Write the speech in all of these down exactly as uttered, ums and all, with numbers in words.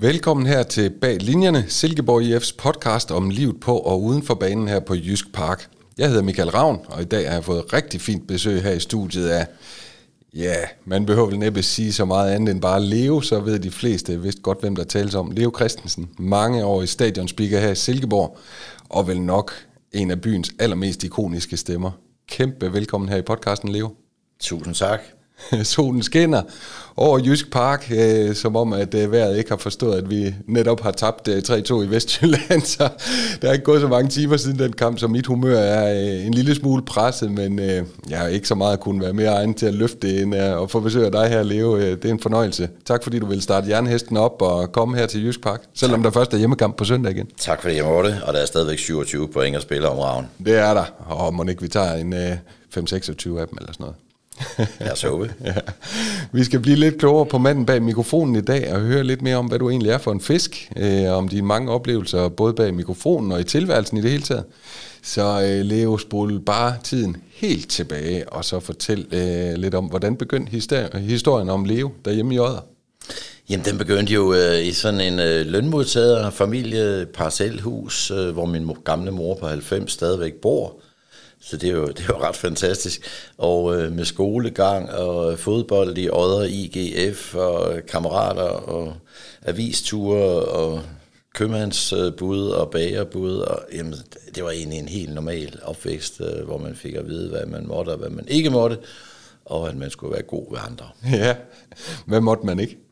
Velkommen her til Bag Linjerne, Silkeborg I F's podcast om livet på og uden for banen her på Jysk Park. Jeg hedder Michael Ravn, og i dag har jeg fået rigtig fint besøg her i studiet af, ja, man behøver vel næppe sige så meget andet end bare Leo, så ved de fleste vist godt, hvem der tales om. Leo Christensen, mange år i stadionspeaker her i Silkeborg, og vel nok en af byens allermest ikoniske stemmer. Kæmpe velkommen her i podcasten, Leo. Tusind tak. Solen skinner over Jysk Park, øh, som om at øh, vejret ikke har forstået, at vi netop har tabt øh, tre to i Vestjylland, så der er ikke gået så mange timer siden den kamp, så mit humør er øh, en lille smule presset, men øh, jeg har ikke så meget at kunne være mere egnet til at løfte det, end øh, at få besøg af dig her, Leo. Øh, det er en fornøjelse. Tak fordi du vil starte jernhesten op og komme her til Jysk Park, selvom tak. Der først er hjemmekamp på søndag igen. Tak fordi jeg måtte, og der er stadigvæk syvogtyve point at spille om raven. Det er der, og må ikke vi tager en øh, fem seksogtyve af dem eller sådan noget. Jeg så det. Ja. Vi skal blive lidt klogere på manden bag mikrofonen i dag og høre lidt mere om, hvad du egentlig er for en fisk, øh, om dine mange oplevelser både bag mikrofonen og i tilværelsen i det hele taget. Så øh, Leo, spol bare tiden helt tilbage og så fortæl øh, lidt om, hvordan begyndte histori- historien om Leo derhjemme i Odder? Jamen, den begyndte jo øh, i sådan en øh, lønmodtager familie parcelhus, øh, hvor min gamle mor på halvfems stadigvæk bor. Så det er jo, det er jo ret fantastisk. Og øh, med skolegang og fodbold i Odder, I G F og kammerater og avisture og købmandsbud og bagerbud. Og, jamen, det var egentlig en helt normal opvækst, øh, hvor man fik at vide, hvad man måtte og hvad man ikke måtte, og at man skulle være god ved andre. Ja, hvad måtte man ikke?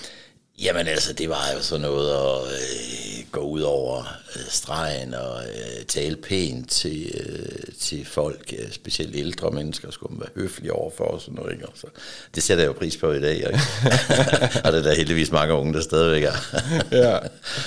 Jamen altså, det var jo sådan noget at øh, gå ud over øh, stregen og øh, tale pænt til, øh, til folk, øh, specielt ældre mennesker, skulle man være høflig overfor og sådan noget, ikke? Så det sætter jeg jo pris på i dag, ikke? Og det er der heldigvis mange unge, der stadigvæk er. Ja.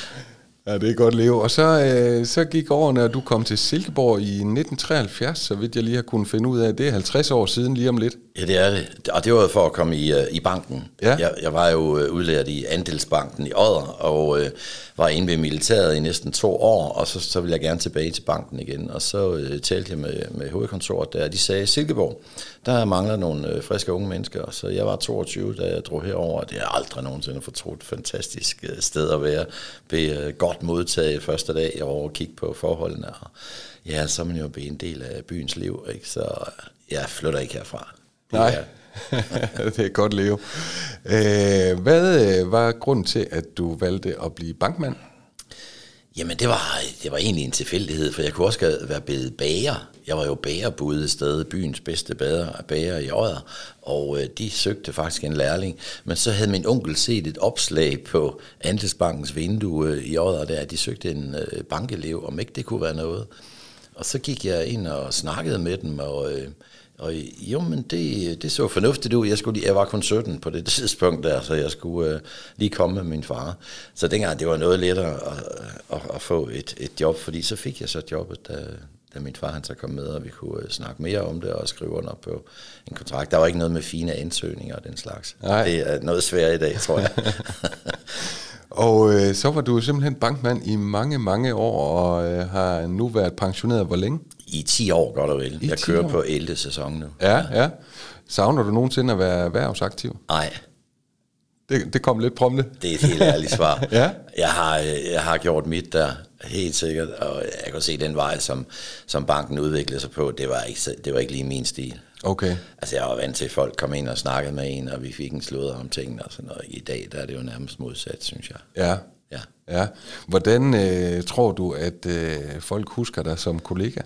Ja, det er godt, Leo. Og så, øh, så gik årene, og du kom til Silkeborg i nitten treoghalvfjerds, så vidt jeg lige har kunnet finde ud af. Det er halvtreds år siden lige om lidt. Ja, det er det. Og det var for at komme i, uh, i banken. Ja. Jeg, jeg var jo uh, udlært i Andelsbanken i Odder, og uh, var inde ved militæret i næsten to år, og så, så ville jeg gerne tilbage til banken igen. Og så uh, talte jeg med, med hovedkontoret der, de sagde, Silkeborg, der mangler nogle uh, friske unge mennesker. Så jeg var toogtyve, da jeg drog herover, og det har aldrig nogensinde fortrudt. Fantastisk uh, sted at være. Blev uh, godt modtaget første dag, jeg var over og kigge på forholdene. Og ja, så er man jo blevet en del af byens liv, ikke? Så jeg flytter ikke herfra. Nej, det er godt, Leo. Øh, hvad var grunden til, at du valgte at blive bankmand? Jamen, det var, det var egentlig en tilfældighed, for jeg kunne også være blevet bager. Jeg var jo bagerbud et sted, byens bedste bager, bager i Odder, og øh, de søgte faktisk en lærling. Men så havde min onkel set et opslag på Andelsbankens vindue øh, i Odder, der de søgte en øh, bankelev, om ikke det kunne være noget. Og så gik jeg ind og snakkede med dem, og... Øh, Og jo, men det, det så fornuftigt ud. Jeg, skulle, jeg var kun sytten på det tidspunkt der, så jeg skulle uh, lige komme med min far. Så dengang det var noget lettere at, at, at få et, et job, fordi så fik jeg så jobbet, da, da min far han så kom med, og vi kunne uh, snakke mere om det og skrive under på en kontrakt. Der var ikke noget med fine ansøgninger og den slags. Nej. Det er noget svært i dag, tror jeg. Og øh, så var du simpelthen bankmand i mange, mange år, og øh, har nu været pensioneret hvor længe? I ti år, godt og vel. I jeg kører år. På ellevte sæson nu. Ja, ja. Savner du nogensinde at være erhvervsaktiv? Nej. Det, det kom lidt prompte. Det er et helt ærligt svar. Ja. Jeg har, jeg har gjort mit der, helt sikkert, og jeg kan se den vej, som, som banken udviklede sig på, det var, ikke, det var ikke lige min stil. Okay. Altså jeg var vant til, at folk kom ind og snakkede med en, og vi fik en sludder om tingene og sådan noget. I dag, der er det jo nærmest modsat, synes jeg. Ja. Ja. Ja. Hvordan øh, tror du, at øh, folk husker dig som kollega?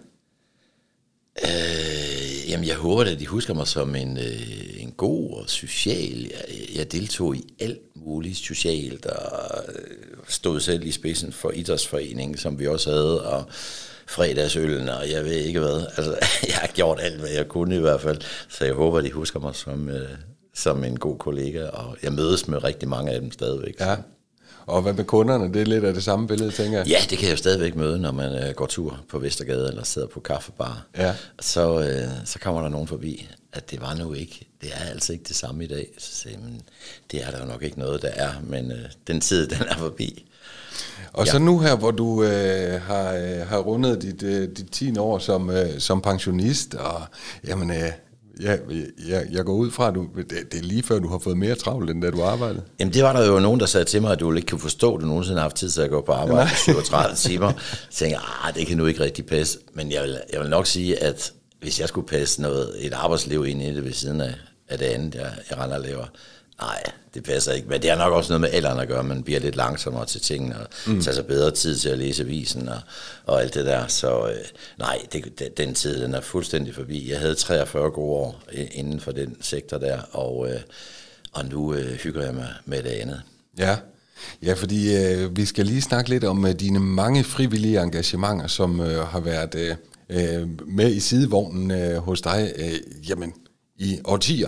Øh, jamen jeg håber at de husker mig som en, øh, en god og social. Jeg, jeg deltog i alt muligt socialt og stod selv i spidsen for idrætsforeningen, som vi også havde, og fredagsøllen, og jeg ved ikke hvad. Altså jeg har gjort alt, hvad jeg kunne i hvert fald, så jeg håber at de husker mig som, øh, som en god kollega, og jeg mødes med rigtig mange af dem stadigvæk. Ja. Og hvad med kunderne? Det er lidt af det samme billede, tænker jeg. Ja, det kan jeg jo stadigvæk møde, når man øh, går tur på Vestergade eller sidder på kaffebar. Ja. Så, øh, så kommer der nogen forbi, at det var nu ikke, det er altså ikke det samme i dag. Så siger jeg, men det er der jo nok ikke noget, der er, men øh, den tid, den er forbi. Og ja. Så nu her, hvor du øh, har, øh, har rundet dit, øh, dit tiende år som, øh, som pensionist, og jamen, øh, ja, jeg, jeg går ud fra, at du, det, det er lige før, du har fået mere travlt, end da du arbejdede. Jamen det var der jo nogen, der sagde til mig, at du ikke kunne forstå, at du nogensinde har haft tid til at gå på arbejde i syvogtredive timer. Jeg tænkte, ah, det kan nu ikke rigtig passe. Men jeg vil, jeg vil nok sige, at hvis jeg skulle passe noget, et arbejdsliv ind i det ved siden af, af det andet, jeg, jeg render og laver, nej, det passer ikke. Men det er nok også noget med alderen at gøre. Man bliver lidt langsommere til tingene, og mm. tager sig bedre tid til at læse avisen og, og alt det der. Så øh, nej, det, det, den tid, den er fuldstændig forbi. Jeg havde treogfyrre gode år inden for den sektor der, og, øh, og nu øh, hygger jeg mig med det andet. Ja, ja fordi øh, vi skal lige snakke lidt om øh, dine mange frivillige engagementer, som øh, har været øh, med i sidevognen øh, hos dig øh, jamen, i årtier.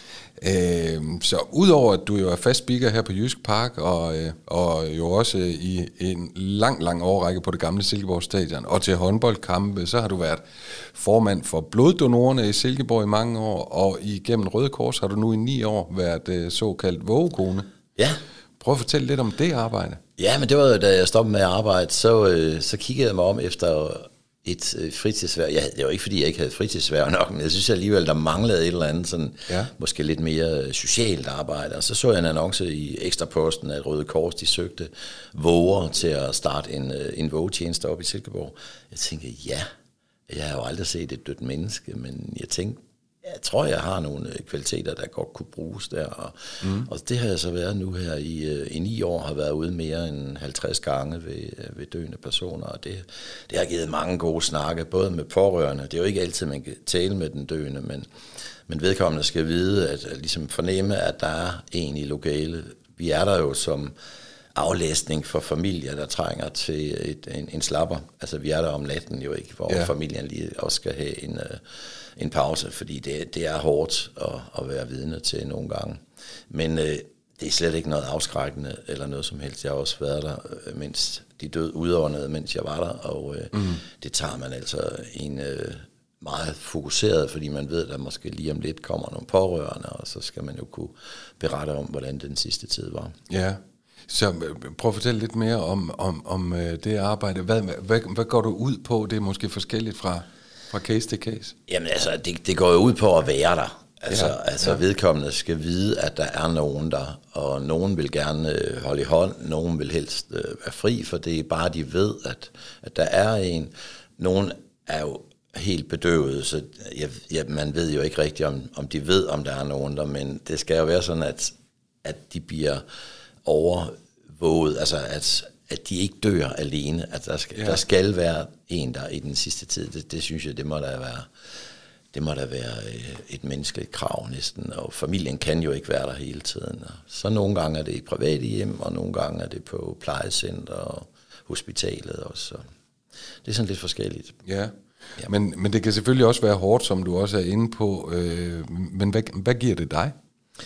Øh, så udover at du jo er fast speaker her på Jysk Park, og, øh, og jo også i en lang, lang årrække på det gamle Silkeborg Stadion, og til håndboldkampe, så har du været formand for bloddonorerne i Silkeborg i mange år, og igennem Røde Kors har du nu i ni år været øh, såkaldt vågekone. Ja. Prøv at fortælle lidt om det arbejde. Ja, men det var jo, da jeg stoppede med at arbejde, så, øh, så kiggede jeg mig om efter et øh, fritidsværv. Ja, det var ikke, fordi jeg ikke havde fritidsværv nok, men jeg synes alligevel, der manglede et eller andet, sådan, ja. måske lidt mere socialt arbejde. Og så så jeg en annonce i Ekstraposten, at Røde Kors, de søgte våger til at starte en, en vågetjeneste op i Silkeborg. Jeg tænkte, ja, jeg har jo aldrig set et dødt menneske, men jeg tænkte, jeg tror, jeg har nogle kvaliteter, der godt kunne bruges der. Og, mm. og det har jeg så været nu her i, i ni år, har været ude mere end halvtreds gange ved, ved døende personer. Og det, det har givet mange gode snakke, både med pårørende. Det er jo ikke altid, man kan tale med den døende, men, men vedkommende skal vide, at, at ligesom fornemme, at der er en i lokale. Vi er der jo som aflæsning for familier, der trænger til et, en, en slapper. Altså vi er der om natten jo ikke, hvor ja. familien lige også skal have en, en pause, fordi det, det er hårdt at, at være vidne til nogle gange. Men øh, det er slet ikke noget afskrækkende eller noget som helst. Jeg har også været der, mens de døde udåndede, mens jeg var der, og øh, mm. det tager man altså en øh, meget fokuseret, fordi man ved, at der måske lige om lidt kommer nogle pårørende, og så skal man jo kunne berette om, hvordan den sidste tid var. Ja. Så prøv at fortælle lidt mere om, om, om det arbejde. Hvad, hvad, hvad går du ud på? Det er måske forskelligt fra, fra case til case. Jamen altså, det, det går jo ud på at være der. Altså, ja, altså ja. vedkommende skal vide, at der er nogen der, og nogen vil gerne holde i hånd, nogen vil helst være fri, for det er bare, de ved, at, at der er en. Nogen er jo helt bedøvet, så jeg, ja, man ved jo ikke rigtigt, om, om de ved, om der er nogen der, men det skal jo være sådan, at, at de bliver overvåget, altså at, at de ikke dør alene, at der skal, ja. der skal være en der i den sidste tid. Det, det synes jeg, det må der være, det må der være et menneskeligt krav næsten, og familien kan jo ikke være der hele tiden. Så nogle gange er det i private hjem, og nogle gange er det på plejecenter og hospitalet også. Det er sådan lidt forskelligt. Ja, ja. Men, men det kan selvfølgelig også være hårdt, som du også er inde på, øh, men hvad, hvad giver det dig?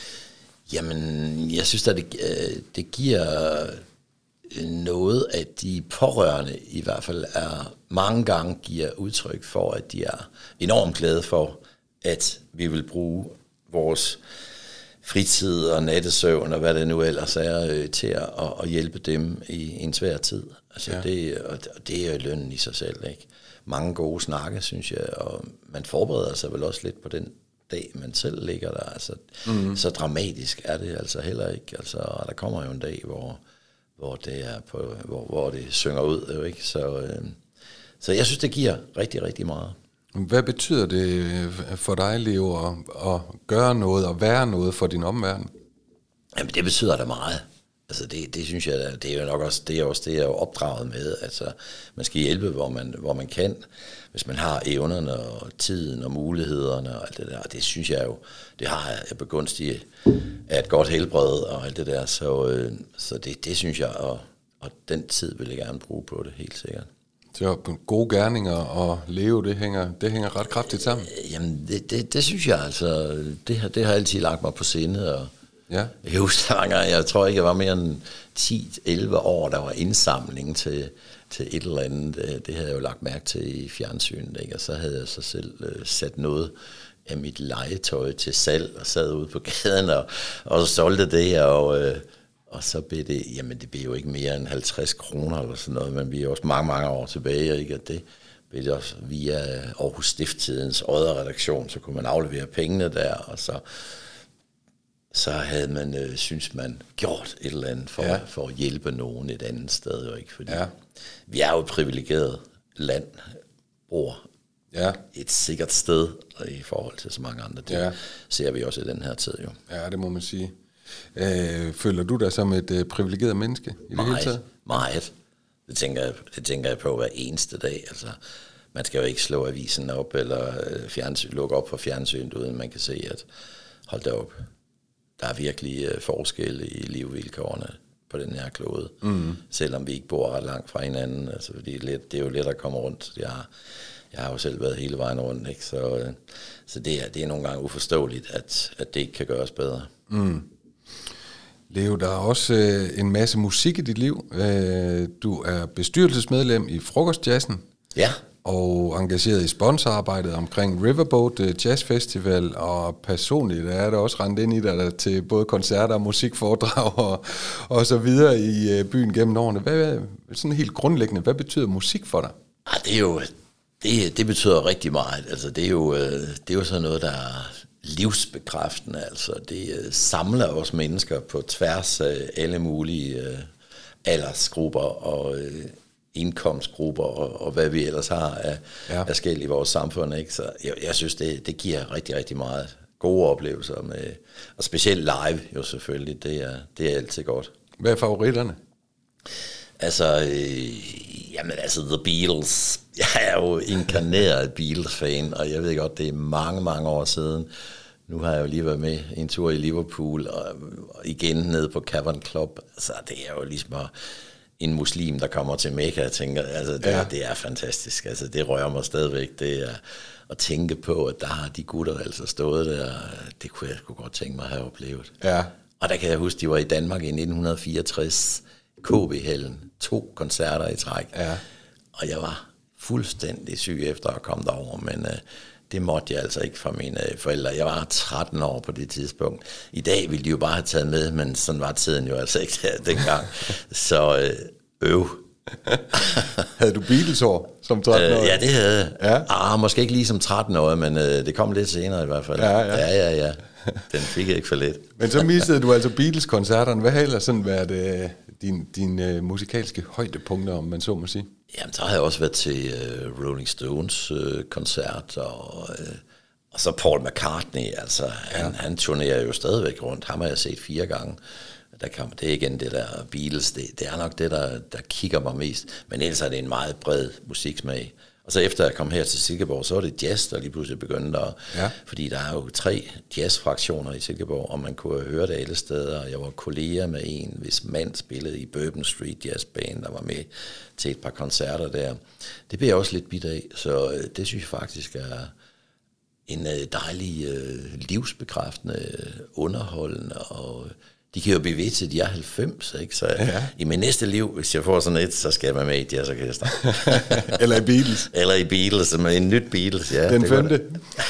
Jamen, jeg synes, at det, det giver noget, at de pårørende i hvert fald er mange gange giver udtryk for, at de er enormt glade for, at vi vil bruge vores fritid og nattesøvn og hvad det nu ellers er til at, at hjælpe dem i en svær tid. Altså ja. det, og det er jo lønnen i sig selv, ikke? Mange gode snakke, synes jeg, og man forbereder sig vel også lidt på den dag, man selv ligger der. Altså, mm. så dramatisk er det altså heller ikke. Altså, der kommer jo en dag, hvor, hvor, det, er på, hvor, hvor det synger ud. Jo, ikke? Så, øh, så jeg synes, det giver rigtig, rigtig meget. Hvad betyder det for dig, Leo, at, at gøre noget og være noget for din omverden? Jamen, det betyder da meget. Altså det, det synes jeg, det er jo nok også det, er også det jeg er opdraget med. Altså man skal hjælpe, hvor man, hvor man kan, hvis man har evnerne og tiden og mulighederne og alt det der. Det synes jeg jo, det har jeg begunstigt af et godt helbred og alt det der. Så, øh, så det, det synes jeg, og, og den tid vil jeg gerne bruge på det, helt sikkert. Så gode gerninger og leve, det hænger, det hænger ret kraftigt sammen? Jamen det, det, det synes jeg altså, det har, det har altid lagt mig på sinde, og ja. Jeg husker, jeg tror ikke, jeg var mere end ti til elleve år, der var indsamling til, til et eller andet. Det, det havde jeg jo lagt mærke til i fjernsynet, ikke? Og så havde jeg så selv øh, sat noget af mit legetøj til salg, og sad ude på gaden og, og solgte det, og, øh, og så blev det, jamen det blev jo ikke mere end halvtreds kroner eller sådan noget, men vi er også mange, mange år tilbage, ikke? Og det, ved det også, via Aarhus Stifttidens Odder-redaktion, så kunne man aflevere pengene der, og så, så havde man, øh, synes man, gjort et eller andet for, ja. for at hjælpe nogen et andet sted, jo ikke? Fordi ja. vi er jo et privilegeret land, bor ja. et sikkert sted i forhold til så mange andre ting. Ja. Ser vi også i den her tid, jo. Ja, det må man sige. Øh, føler du dig som et øh, privilegeret menneske i det hele taget? Meget. Det tænker, jeg, det tænker jeg på hver eneste dag. Altså, man skal jo ikke slå avisen op, eller fjernsyn, lukke op for fjernsynet, uden man kan se, at hold da op, der er virkelig uh, forskelle i livsvilkårene på den her klode. Mm. Selvom vi ikke bor ret langt fra hinanden. Altså, fordi det, er lidt, det er jo let at komme rundt. Jeg har, jeg har jo selv været hele vejen rundt, ikke? Så, uh, så det, er, det er nogle gange uforståeligt, at, at det ikke kan gøres bedre. Mm. Leo, der er også øh, en masse musik i dit liv. Øh, du er bestyrelsesmedlem i Frokostjazzen. Ja. Og engageret i sponsorarbejdet omkring Riverboat Jazz Festival, og personligt er der også rendt ind i dig til både koncerter og musikforedrag og, og så videre i byen gennem årene. Hvad, sådan helt grundlæggende, hvad betyder musik for dig? Ah, det er jo, det, det betyder rigtig meget. Altså, det er jo, det er jo sådan noget, der er livsbekræftende. Altså, det samler os mennesker på tværs af alle mulige uh, aldersgrupper og uh, indkomstgrupper og, og hvad vi ellers har af, ja. af skæld i vores samfund, ikke? Så jeg, jeg synes, det, det giver rigtig, rigtig meget gode oplevelser, med, og specielt live jo selvfølgelig, det er, det er altid godt. Hvad er favoritterne? Altså, øh, jamen altså The Beatles. Jeg er jo inkarneret Beatles-fan, og jeg ved godt, det er mange, mange år siden. Nu har jeg jo lige været med en tur i Liverpool, og, og igen nede på Cavern Club. Altså, det er jo ligesom en muslim, der kommer til Mekka, jeg tænker, altså det, ja. det er fantastisk, altså det rører mig stadigvæk, det er at tænke på, at der har de gutter altså stået der, det kunne jeg sgu godt tænke mig at have oplevet. Ja. Og der kan jeg huske, de var i Danmark i nitten fireogtres, K B-hallen, to koncerter i træk, ja. Og jeg var fuldstændig syg efter at komme derover, men uh, det måtte jeg altså ikke fra mine forældre. Jeg var tretten år på det tidspunkt. I dag ville de jo bare have taget med, men sådan var tiden jo altså ikke der dengang. Så øh, øv. Havde du Beatles-år som tretten-årig? Øh, ja, det havde jeg. Ja. Ah, måske ikke lige som tretten-årig, men øh, det kom lidt senere i hvert fald. Ja, ja. ja, ja, ja. Den fik jeg ikke for lidt. Men så mistede du altså Beatles-koncerterne. Hvad har ellers sådan været øh, dine din, øh, musikalske højdepunkter, om man så må sige? Jamen, så har jeg også været til øh, Rolling Stones øh, koncert, og, øh, og så Paul McCartney, altså han, ja. han turnerer jo stadigvæk rundt, ham har jeg set fire gange. Der kan, det er igen det der Beatles, det, det er nok det, der, der kigger mig mest, men ellers er det en meget bred musiksmag. Og så efter jeg kom her til Silkeborg, så var det jazz, der lige pludselig begyndte at... Ja. Fordi der er jo tre jazzfraktioner i Silkeborg, og man kunne høre det alle steder. Jeg var kollega med en, hvis mand spillede i Bourbon Street Jazz Band, der var med til et par koncerter der. Det blev jeg også lidt bidt af, så det synes jeg faktisk er en dejlig livsbekræftende, underholdende, og de kan jo blive ved til, de er halvfems, ikke? Så ja. I min næste liv, hvis jeg får sådan et, så skal jeg være med i et jazzorkester. Eller i Beatles. Eller i Beatles, med en nyt Beatles, ja. Den femte.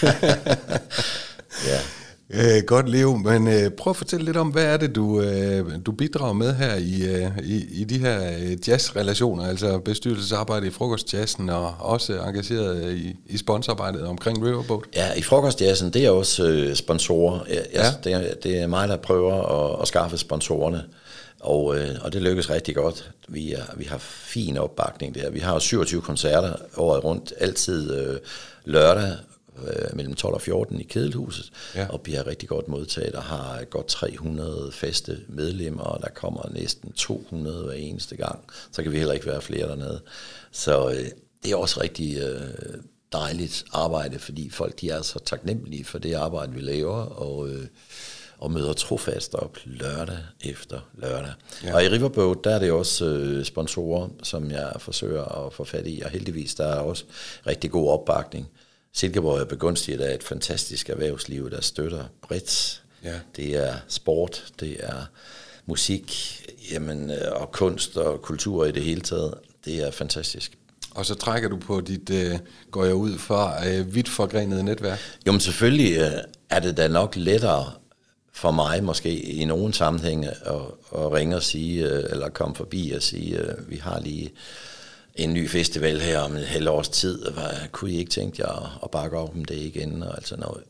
Ja. Øh, godt, Leo, men øh, prøv at fortælle lidt om, hvad er det, du, øh, du bidrager med her i, øh, i, i de her jazzrelationer, altså bestyrelsesarbejde i Frokostjazzen, og også engageret i, i sponsorarbejdet omkring Riverboat? Ja, i Frokostjazzen, det er også øh, sponsorer. Jeg, ja. det, er, det er mig, der prøver at, at skaffe sponsorerne, og, øh, og det lykkes rigtig godt. Vi, er, vi har fin opbakning der. Vi har syvogtyve koncerter året rundt, altid øh, lørdag, mellem tolv og fjorten i Kedelhuset, ja. Og bliver rigtig godt modtaget og har godt tre hundrede faste medlemmer, og der kommer næsten to hundrede hver eneste gang. Så kan vi heller ikke være flere dernede. Så øh, det er også rigtig øh, dejligt arbejde, fordi folk de er så taknemmelige for det arbejde, vi laver, og, øh, og møder trofast op lørdag efter lørdag. Ja. Og i Riverboat, der er det også øh, sponsorer, som jeg forsøger at få fat i, og heldigvis der er også rigtig god opbakning. Silkeborg er begunstiget af et fantastisk erhvervsliv, der støtter bredt. Ja. Det er sport, det er musik, jamen, og kunst og kultur i det hele taget. Det er fantastisk. Og så trækker du på dit, øh, går jeg ud fra, øh, vidt forgrenede netværk? Jo, men selvfølgelig øh, er det da nok lettere for mig måske i nogle sammenhænge at, at ringe og sige, øh, eller komme forbi og sige, øh, vi har lige en ny festival her om et halvt års tid, og hvad, kunne I ikke tænke jer at, at bakke op om det igen, og altså noget.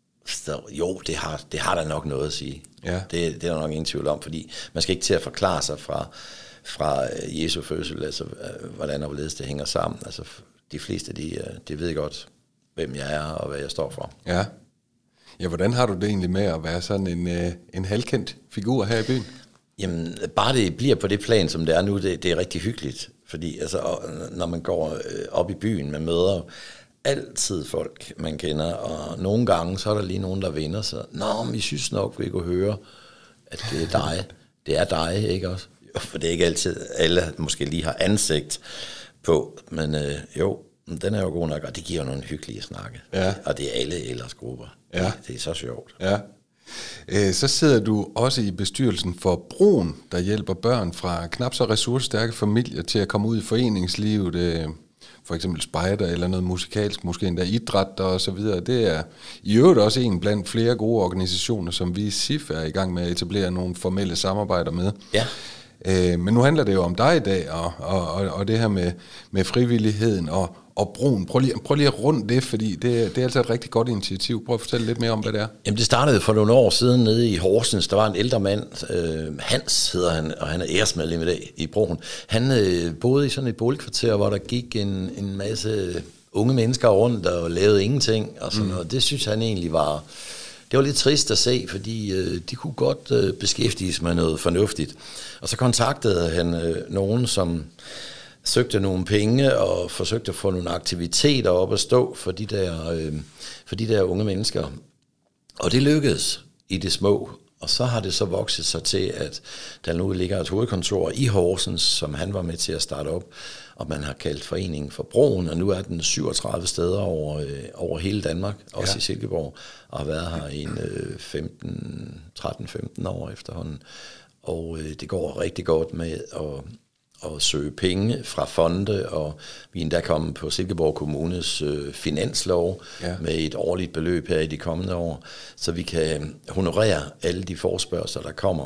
Så, jo, det har, det har der nok noget at sige. Ja. Det, det er der nok ingen tvivl om, fordi man skal ikke til at forklare sig fra, fra Jesu fødsel, altså hvordan og hvorledes det hænger sammen. Altså de fleste, de, de ved godt, hvem jeg er og hvad jeg står for. Ja. Ja, hvordan har du det egentlig med at være sådan en, en halvkendt figur her i byen? Jamen, bare det bliver på det plan, som det er nu, det, det er rigtig hyggeligt. Fordi altså, når man går op i byen, man møder altid folk, man kender, og nogle gange, så er der lige nogen, der vinder sig. Nå, men vi synes nok, vi kunne høre, at det er dig. Det er dig, ikke også? For det er ikke altid, alle måske lige har ansigt på, men øh, jo, den er jo god nok, og det giver nogle hyggelige snakke. Ja. Og det er alle aldersgrupper. Ja. Det, det er så sjovt. Ja. Øh, så sidder du også i bestyrelsen for Broen, der hjælper børn fra knap så ressourcestærke familier til at komme ud i foreningslivet, øh, for eksempel spejder eller noget musikalsk, måske endda idræt og så videre. Det er i øvrigt også en blandt flere gode organisationer, som vi i S I F er i gang med at etablere nogle formelle samarbejder med. Ja. Øh, men nu handler det jo om dig i dag, og, og, og, og det her med, med frivilligheden og, og Broen. Prøv lige, prøv lige at runde det, fordi det, det er altså et rigtig godt initiativ. Prøv at fortælle lidt mere om, hvad det er. Jamen det startede for nogle år siden nede i Horsens. Der var en ældre mand, øh, Hans hedder han, og han er æresmedlem i dag i Broen. Han øh, boede i sådan et boligkvarter, hvor der gik en, en masse unge mennesker rundt og lavede ingenting. Og sådan mm. noget. Det synes han egentlig var... Det var lidt trist at se, fordi øh, de kunne godt øh, beskæftiges med noget fornuftigt. Og så kontaktede han øh, nogen, som søgte nogle penge og forsøgte at få nogle aktiviteter op at stå for de der, øh, for de der unge mennesker. Og det lykkedes i det små. Og så har det så vokset sig til, at der nu ligger et hovedkontor i Horsens, som han var med til at starte op, og man har kaldt foreningen for Broen, og nu er den syvogtredive steder over, øh, over hele Danmark, også ja. i Silkeborg, og har været her i en øh, femten, tretten femten år efterhånden. Og øh, det går rigtig godt med at, at søge penge fra fonde, og vi er endda kommet på Silkeborg Kommunes øh, finanslov ja. med et årligt beløb her i de kommende år, så vi kan honorere alle de forespørgsler, der kommer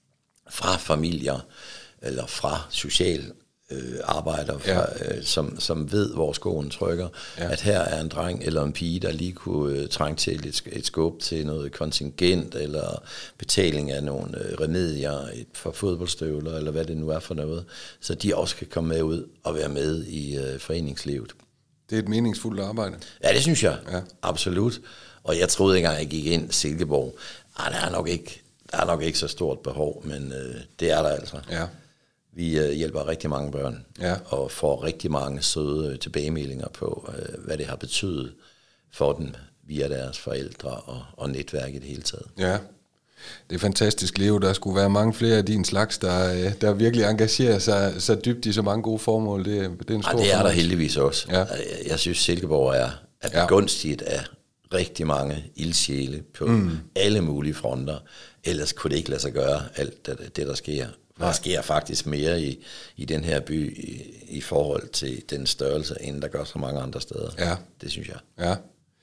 fra familier, eller fra social øh, arbejdere, fra, ja. øh, som, som ved, hvor skoen trykker, ja. at her er en dreng eller en pige, der lige kunne øh, trænge til et, et skub til noget kontingent, eller betaling af nogle øh, remedier et, for fodboldstøvler, eller hvad det nu er for noget, så de også kan komme med ud og være med i øh, foreningslivet. Det er et meningsfuldt arbejde. Ja, det synes jeg. Ja. Absolut. Og jeg troede ikke engang, jeg gik ind i Silkeborg. Ej, der er nok ikke, der er nok ikke så stort behov, men øh, det er der altså. Ja. Vi øh, hjælper rigtig mange børn, ja. og får rigtig mange søde tilbagemeldinger på, øh, hvad det har betydet for dem via deres forældre og, og netværk i det hele taget. Ja, det er fantastisk, Leo. Der skulle være mange flere af din slags, der, der virkelig engagerer sig så dybt i så mange gode formål. Det, det er en stor ja, det er der heldigvis også. Ja. Jeg synes, Silkeborg er, er begunstiget ja. af rigtig mange ildsjæle på mm. alle mulige fronter. Ellers kunne det ikke lade sig gøre alt det, det der sker. Der sker faktisk mere i, i den her by i, i forhold til den størrelse, end der gør så mange andre steder. Ja. Det synes jeg. Ja.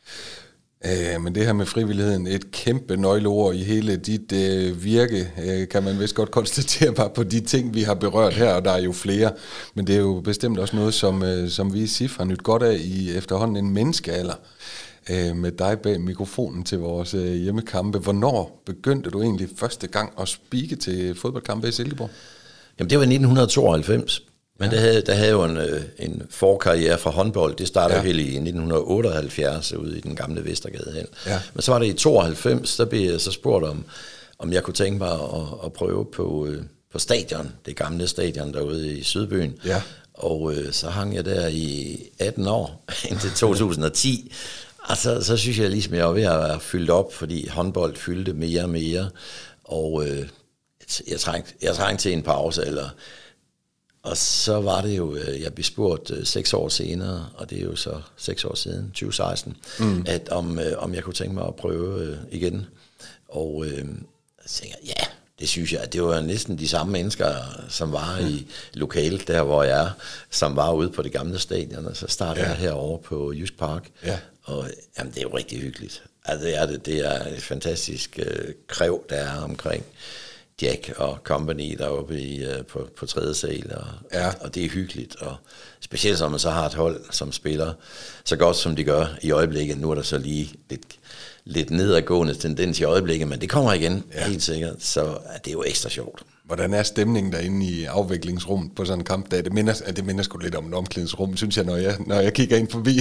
Øh, men det her med frivilligheden, et kæmpe nøgleord i hele dit øh, virke, øh, kan man vist godt konstatere bare på de ting, vi har berørt her, og der er jo flere. Men det er jo bestemt også noget, som, øh, som vi i S I F har nyt godt af i efterhånden en menneskealder. Øh, med dig bag mikrofonen til vores øh, hjemmekampe. Hvornår begyndte du egentlig første gang at speake til fodboldkampe i Silkeborg? Jamen det var i nitten tooghalvfems, men ja. der, havde, der havde jo en, en forkarriere fra håndbold. Det startede ja. helt i nitten otteoghalvfjerds ude i den gamle Vestergadehal. Ja. Men så var det i tooghalvfems, der blev jeg så spurgt om, om jeg kunne tænke mig at, at prøve på, på stadion, det gamle stadion derude i Sydbyen. Ja. Og øh, så hang jeg der i atten år, indtil to tusind og ti. Og så, så synes jeg ligesom, jeg var ved at være fyldt op, fordi håndbold fyldte mere og mere, og øh, jeg, trængte, jeg trængte til en pause, eller, og så var det jo, jeg blev spurgt øh, seks år senere, og det er jo så seks år siden, tyve seksten, mm. at om, øh, om jeg kunne tænke mig at prøve øh, igen, og øh, så tænkte jeg, ja, det synes jeg, det var næsten de samme mennesker, som var ja. i lokalet der, hvor jeg er, som var ude på det gamle stadion, og så startede ja. jeg herovre på Jysk Park, ja. og jamen, det er jo rigtig hyggeligt. Altså, det er, det, det er et fantastisk øh, kræv, der er omkring Jack og company deroppe i, uh, på, på tredje sal, og, ja. og det er hyggeligt, og specielt når man så har et hold, som spiller så godt, som de gør i øjeblikket. Nu er der så lige lidt, lidt nedadgående tendens i øjeblikket, men det kommer igen, ja. helt sikkert, så det er jo ekstra sjovt. Hvordan er stemningen derinde i afviklingsrummet på sådan en kampdag? Det minder, det minder sgu lidt om en omklædningsrum, synes jeg, når jeg, når jeg kigger ind forbi.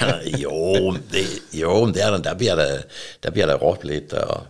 jo, det, jo, det er der, der bliver der, der bliver der råbt lidt, og,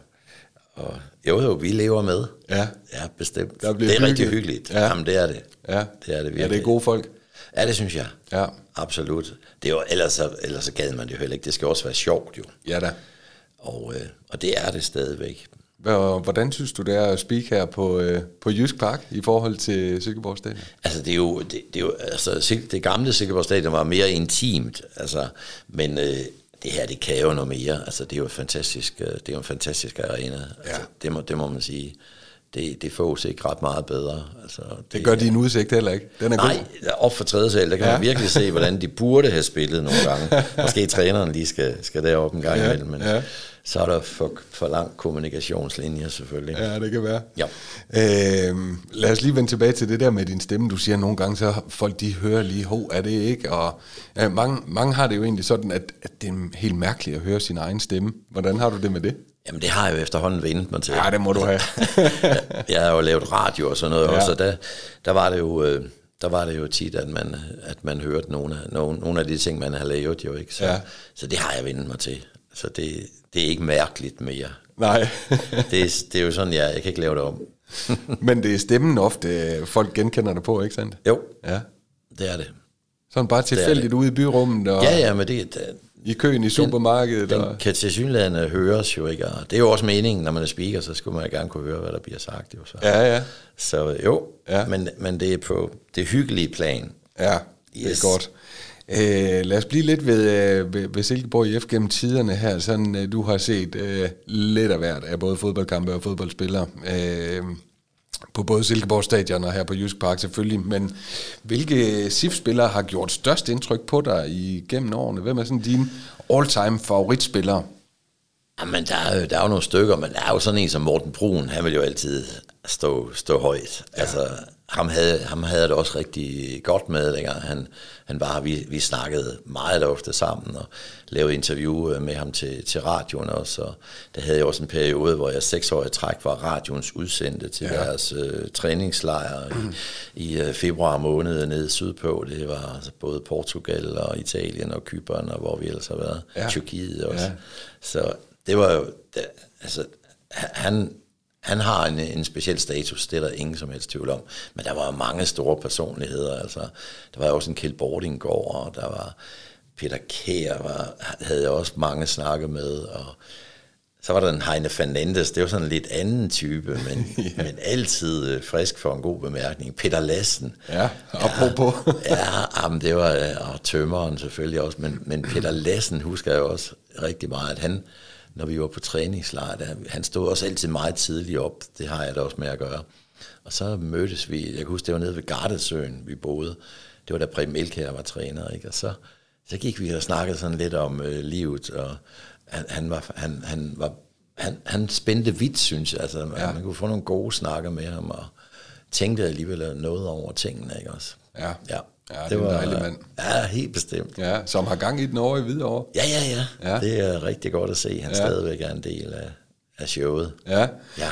og jo, jo, vi lever med. Ja, ja bestemt. Det er hyggeligt. Rigtig hyggeligt. Ja. Jamen, det er det. Ja. Det er det virkelig. Ja, det er gode folk. Ja, det synes jeg. Ja. Absolut. Det er jo, ellers, så, ellers så gad man det jo heller ikke. Det skal også være sjovt, jo. Ja da. Og, øh, og det er det stadigvæk. Hvordan synes du, det er at speak her på, øh, på Jysk Park i forhold til Silkeborg Stadion? Altså, det er jo, det, det, er jo altså, det gamle Silkeborg Stadion var mere intimt, altså, men øh, det her, det kan jo noget mere. Altså, det er jo fantastisk, det er jo en fantastisk arena. Ja. Altså, det, må, det må man sige. Det, det fås ikke ret meget bedre. Altså, det, det gør din udsigt heller ikke. Den er nej, god. Op for tredje sal, der kan ja. man virkelig se, hvordan de burde have spillet nogle gange. Måske træneren lige skal, skal derop en gang ja. imellem, men ja. så er der for, for lang kommunikationslinje selvfølgelig. Ja, det kan være. Ja. Øhm, lad os lige vende tilbage til det der med din stemme. Du siger nogle gange, så folk de hører lige, ho, er det ikke? Og ja, mange, mange har det jo egentlig sådan, at, at det er helt mærkeligt at høre sin egen stemme. Hvordan har du det med det? Jamen, det har jeg jo efterhånden vendt mig til. Ja, det må du have. Jeg har jo lavet radio og sådan noget ja. også, og der, der var det jo... der var det jo tit, at man, at man hørte nogle af, nogle, nogle af de ting, man har lavet jo, ikke? Så, ja. så det har jeg vendt mig til. Så det, det er ikke mærkeligt mere. Nej. det, er, det er jo sådan, jeg, jeg kan ikke lave det om. Men det er stemmen ofte, folk genkender det på, ikke sandt? Jo, ja. det er det. Sådan bare tilfældigt ude i byrummet? Og ja, ja, men det... det i køen i supermarkedet? Den, den kan tilsyneladende høres jo ikke, og det er jo også meningen, når man er speaker, så skulle man gerne kunne høre, hvad der bliver sagt. Jo, så. Ja, ja. Så jo, ja. Men, men det er på det hyggelige plan. Ja, yes. Det er godt. Øh, lad os blive lidt ved, ved, ved Silkeborg I F gennem tiderne her. Sådan, du har set øh, lidt af hvert af både fodboldkampe og fodboldspillere. Øh, på både Silkeborg Stadion og her på Jysk Park selvfølgelig, men hvilke S I F-spillere har gjort størst indtryk på dig igennem årene? Hvem er sådan dine all-time favoritspillere? Jamen, der er, jo, der er jo nogle stykker, men der er jo sådan en som Morten Brun, han vil jo altid stå, stå højt. Ja. Altså, ham havde, ham havde det også rigtig godt med, dengang han, han var, vi, vi snakkede meget ofte sammen, og lavede interview med ham til, til radioen også, og der havde jeg også en periode, hvor jeg seks år i træk var radions udsendte til ja. deres øh, træningslejre mm. i, i øh, februar måned nede sydpå. Det var altså både Portugal og Italien og Cypern, og hvor vi ellers har været, ja. Tyrkiet også. Ja. Så det var jo, det, altså, han... Han har en, en speciel status, det er der ingen som helst tvivl om. Men der var mange store personligheder. Altså, der var også en Kjeld Bordinggaard, og der var Peter Kjær, var, havde jeg også mange snakke med. Og så var der en Heine Fernandes, det var sådan en lidt anden type, men, ja. men altid frisk for en god bemærkning. Peter Lassen. Ja, apropos. Ja, ja men det var, og tømmeren selvfølgelig også, men, men Peter Lassen husker jeg også rigtig meget, at han... Når vi var på træningslejr, der, han stod også altid meget tidligt op. Det har jeg da også med at gøre. Og så mødtes vi, jeg kan huske, det var nede ved Gardesøen, vi boede. Det var da Preben Elkjær var træner, ikke? Og så, så gik vi og snakkede sådan lidt om øh, livet, og han, han, var, han, han, var, han, han spændte vidt, synes jeg. Altså, ja. man, man kunne få nogle gode snakker med ham, og tænkte alligevel noget over tingene, ikke også? Ja. Ja. Ja, det, det var en dejlig mand. Ja, helt bestemt. Ja, som har gang i den over i Hvidovre. Ja, ja, ja, ja. Det er rigtig godt at se. Han ja. stadigvæk er en del af, af showet. Ja,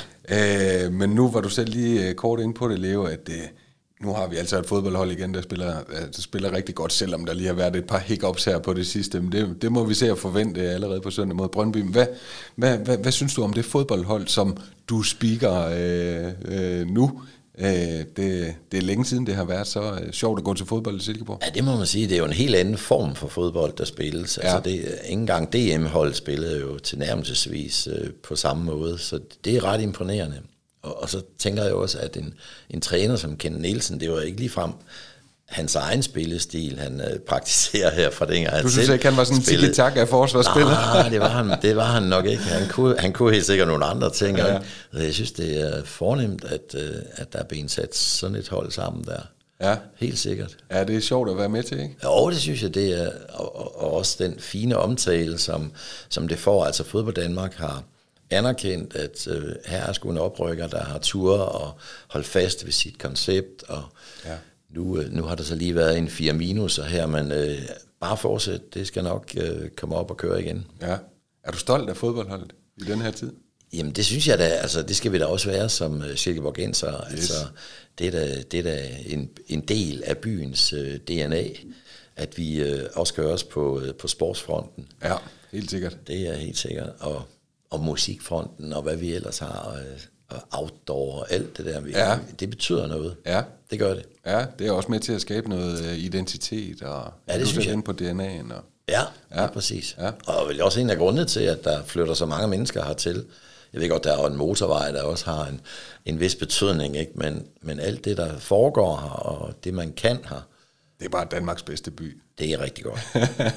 ja. Øh, men nu var du selv lige kort inde på det, Leo, at øh, nu har vi altså et fodboldhold igen, der spiller, der spiller rigtig godt, selvom der lige har været et par hiccups her på det sidste. Men det, det må vi se og forvente allerede på søndag mod Brøndby. Hvad, hvad, hvad, hvad synes du om det fodboldhold, som du speaker øh, øh, nu? Det, det er længe siden, det har været så uh, sjovt at gå til fodbold i Silkeborg. Ja, det må man sige. Det er jo en helt anden form for fodbold, der spilles. Ja. Altså det, ikke engang D M-hold spillede jo tilnærmelsesvis uh, på samme måde, så det er ret imponerende. Og, og så tænker jeg også, at en, en træner som Kent Nielsen, det var ikke ligefrem hans egen spillestil, han øh, praktiserer her fra dengang han Du synes ikke, han var sådan en tiki-taka forsvarsspiller? Nej, det var han, det var han nok ikke. Han kunne, han kunne helt sikkert nogle andre ting. Ja. Jeg synes, det er fornemt, at, at der er blevet sat sådan et hold sammen der. Ja. Helt sikkert. Ja, det er sjovt at være med til, ikke? Jo, det synes jeg, det er. Og, og også den fine omtale, som, som det får. Altså Fodbold Danmark har anerkendt, at øh, her er sgu en oprykker, der har tur og holdt fast ved sit koncept, og ja. nu, øh, nu har der så lige været en fire minuser her, men øh, bare fortsæt, det skal nok øh, komme op og køre igen. Ja. Er du stolt af fodboldholdet i den her tid? Jamen det synes jeg da, altså det skal vi da også være som uh, silkeborgenser, yes. Altså det er da, det er da en, en del af byens uh, D N A, at vi uh, også gør os på, uh, på sportsfronten. Ja, helt sikkert. Det er helt sikkert, og, og musikfronten, og hvad vi ellers har, og, og outdoor, og alt det der, vi, ja. Det betyder noget. Ja. Det gør det. Ja, det er også med til at skabe noget uh, identitet, og ja, det synes jeg. Ind på D N A'en. Og ja, ja, præcis. Ja. Og vel også en af grundene til, at der flytter så mange mennesker hertil. Jeg ved godt, der er en motorvej, der også har en, en vis betydning, ikke? Men, men alt det, der foregår her, og det, man kan her. Det er bare Danmarks bedste by. Det er rigtig godt.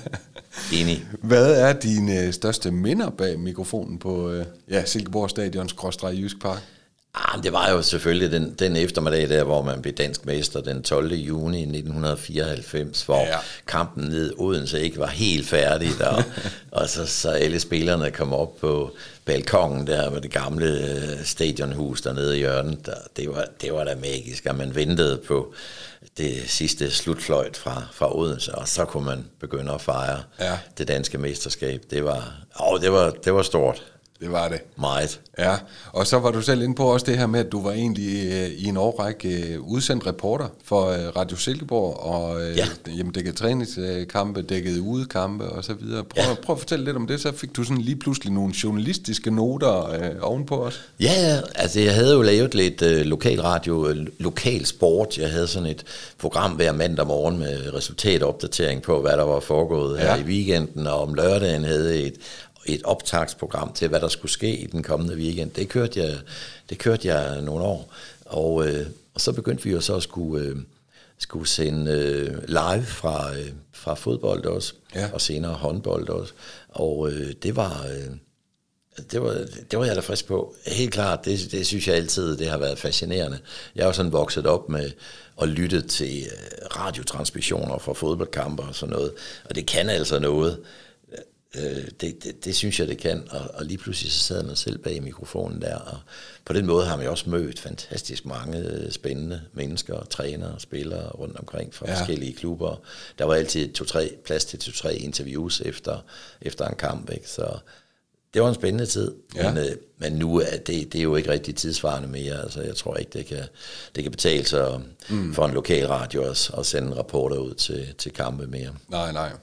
Enig. Hvad er dine største minder bag mikrofonen på ja, Silkeborg Stadions skråstreg Jysk Park? Ah, det var jo selvfølgelig den, den eftermiddag der, hvor man blev dansk mester den tolvte juni nitten fireoghalvfems, hvor ja. Kampen ned Odense ikke var helt færdig, og, og så, så alle spillerne kom op på balkongen der med det gamle stadionhus dernede i hjørnet. Der, det, var, det var da magisk, at man ventede på det sidste slutfløjt fra, fra Odense, og så kunne man begynde at fejre ja. Det danske mesterskab. Det var, åh, det var, det var stort. Det var det. Meget. Ja, og så var du selv inde på også det her med, at du var egentlig øh, i en årrække øh, udsendt reporter for øh, Radio Silkeborg, og øh, ja. Jamen, dækkede træningskampe, dækkede udekampe og så videre. Prøv, ja. prøv at fortælle lidt om det, så fik du sådan lige pludselig nogle journalistiske noter øh, ovenpå os. Ja, ja, altså jeg havde jo lavet lidt øh, lokalradio, øh, lokal sport. Jeg havde sådan et program hver mandag morgen med resultatopdatering på, hvad der var foregået her ja. I weekenden, og om lørdagen havde et et optagsprogram til, hvad der skulle ske i den kommende weekend. Det kørte jeg, det kørte jeg nogle år. Og, øh, og så begyndte vi jo så at skulle, øh, skulle sende øh, live fra, øh, fra fodbold også, ja. Og senere håndbold også. Og øh, det var... Øh, Det var, det var jeg da frisk på. Helt klart, det, det synes jeg altid, det har været fascinerende. Jeg er jo sådan vokset op med at lytte til radiotransmissioner fra fodboldkamper og sådan noget. Og det kan altså noget. Det, det, det synes jeg, det kan. Og, og lige pludselig så sad man selv bag mikrofonen der. Og på den måde har man jo også mødt fantastisk mange spændende mennesker, trænere og spillere rundt omkring fra ja. Forskellige klubber. Der var altid to-tre, plads til to-tre interviews efter, efter en kamp, ikke? Så det var en spændende tid, ja. men, øh, men nu er det, det er jo ikke rigtig tidsvarende mere. Altså, jeg tror ikke, det kan, det kan betale sig mm. for en lokal radio også, at sende rapporter ud til, til kampe mere. Nej, nej.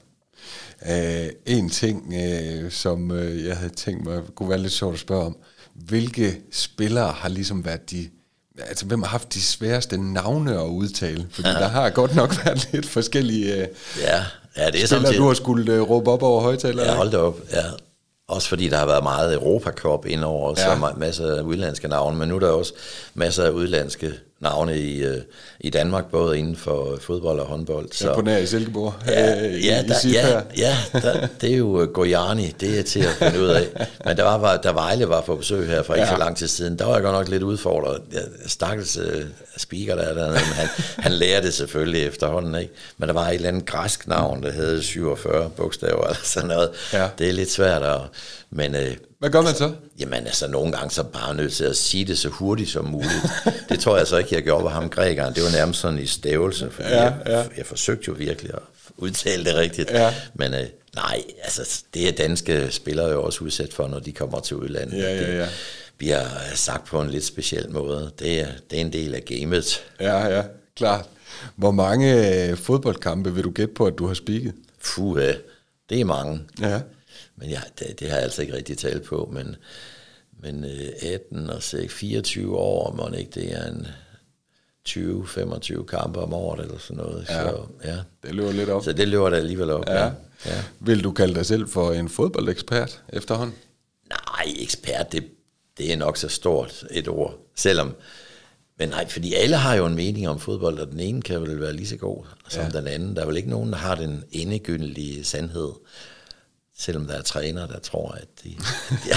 Uh, en ting, uh, som uh, jeg havde tænkt mig kunne være lidt sjovt at spørge om. Hvilke spillere har ligesom været de... Altså, hvem har haft de sværeste navne at udtale? Fordi der har godt nok været lidt forskellige uh, ja, ja, det er spillere, samtidig. Du har skulle uh, råbe op over højtalere. Ja, hold da op, ja. Også fordi der har været meget Europa-Cup indover, ja. Så masser af udlandske navne, men nu er der også masser af udlandske navne i, uh, i Danmark, både inden for fodbold og håndbold. Så. Ja, på nær i Silkeborg. Ja, øh, ja, i, der, i ja, ja der, det er jo Gojani, det er til at finde ud af. Men der var, der Vejle var på besøg her for ikke ja. Så lang tid siden, der var jeg godt nok lidt udfordret. Stakkels uh, speaker der, der han, han lærer det selvfølgelig efterhånden, ikke? Men der var et eller andet græsk navn, der havde syvogfyrre bogstaver eller sådan noget. Ja. Det er lidt svært at... Men, øh, hvad gør man så? Jamen altså, nogle gange så bare nødt til at sige det så hurtigt som muligt. Det tror jeg så ikke, jeg gjorde ved ham grækeren. Det var nærmest sådan i stævelse, fordi ja, ja. Jeg, jeg forsøgte jo virkelig at udtale det rigtigt. Ja. Men øh, nej, altså, det er danske spillere jo også udsat for, når de kommer til udlandet. Ja, ja, ja. Det bliver sagt på en lidt speciel måde. Det er, det er en del af gamet. Ja, ja, klart. Hvor mange fodboldkampe vil du gætte på, at du har speaket? Fuh, det er mange. Ja. Men ja, det, det har jeg altså ikke rigtig talt på, men, men atten og fireogtyve år, må ikke det er en tyve til femogtyve kampe om året eller sådan noget. Ja, så, ja. Det løber lidt op. Så det løber da alligevel op, ja. Ja. Ja. Vil du kalde dig selv for en fodboldekspert efterhånden? Nej, ekspert, det, det er nok så stort et ord, selvom... Men nej, fordi alle har jo en mening om fodbold, og den ene kan vel være lige så god som ja. Den anden. Der er vel ikke nogen, der har den endegyldige sandhed. Selvom der er træner, der tror, at de... ja.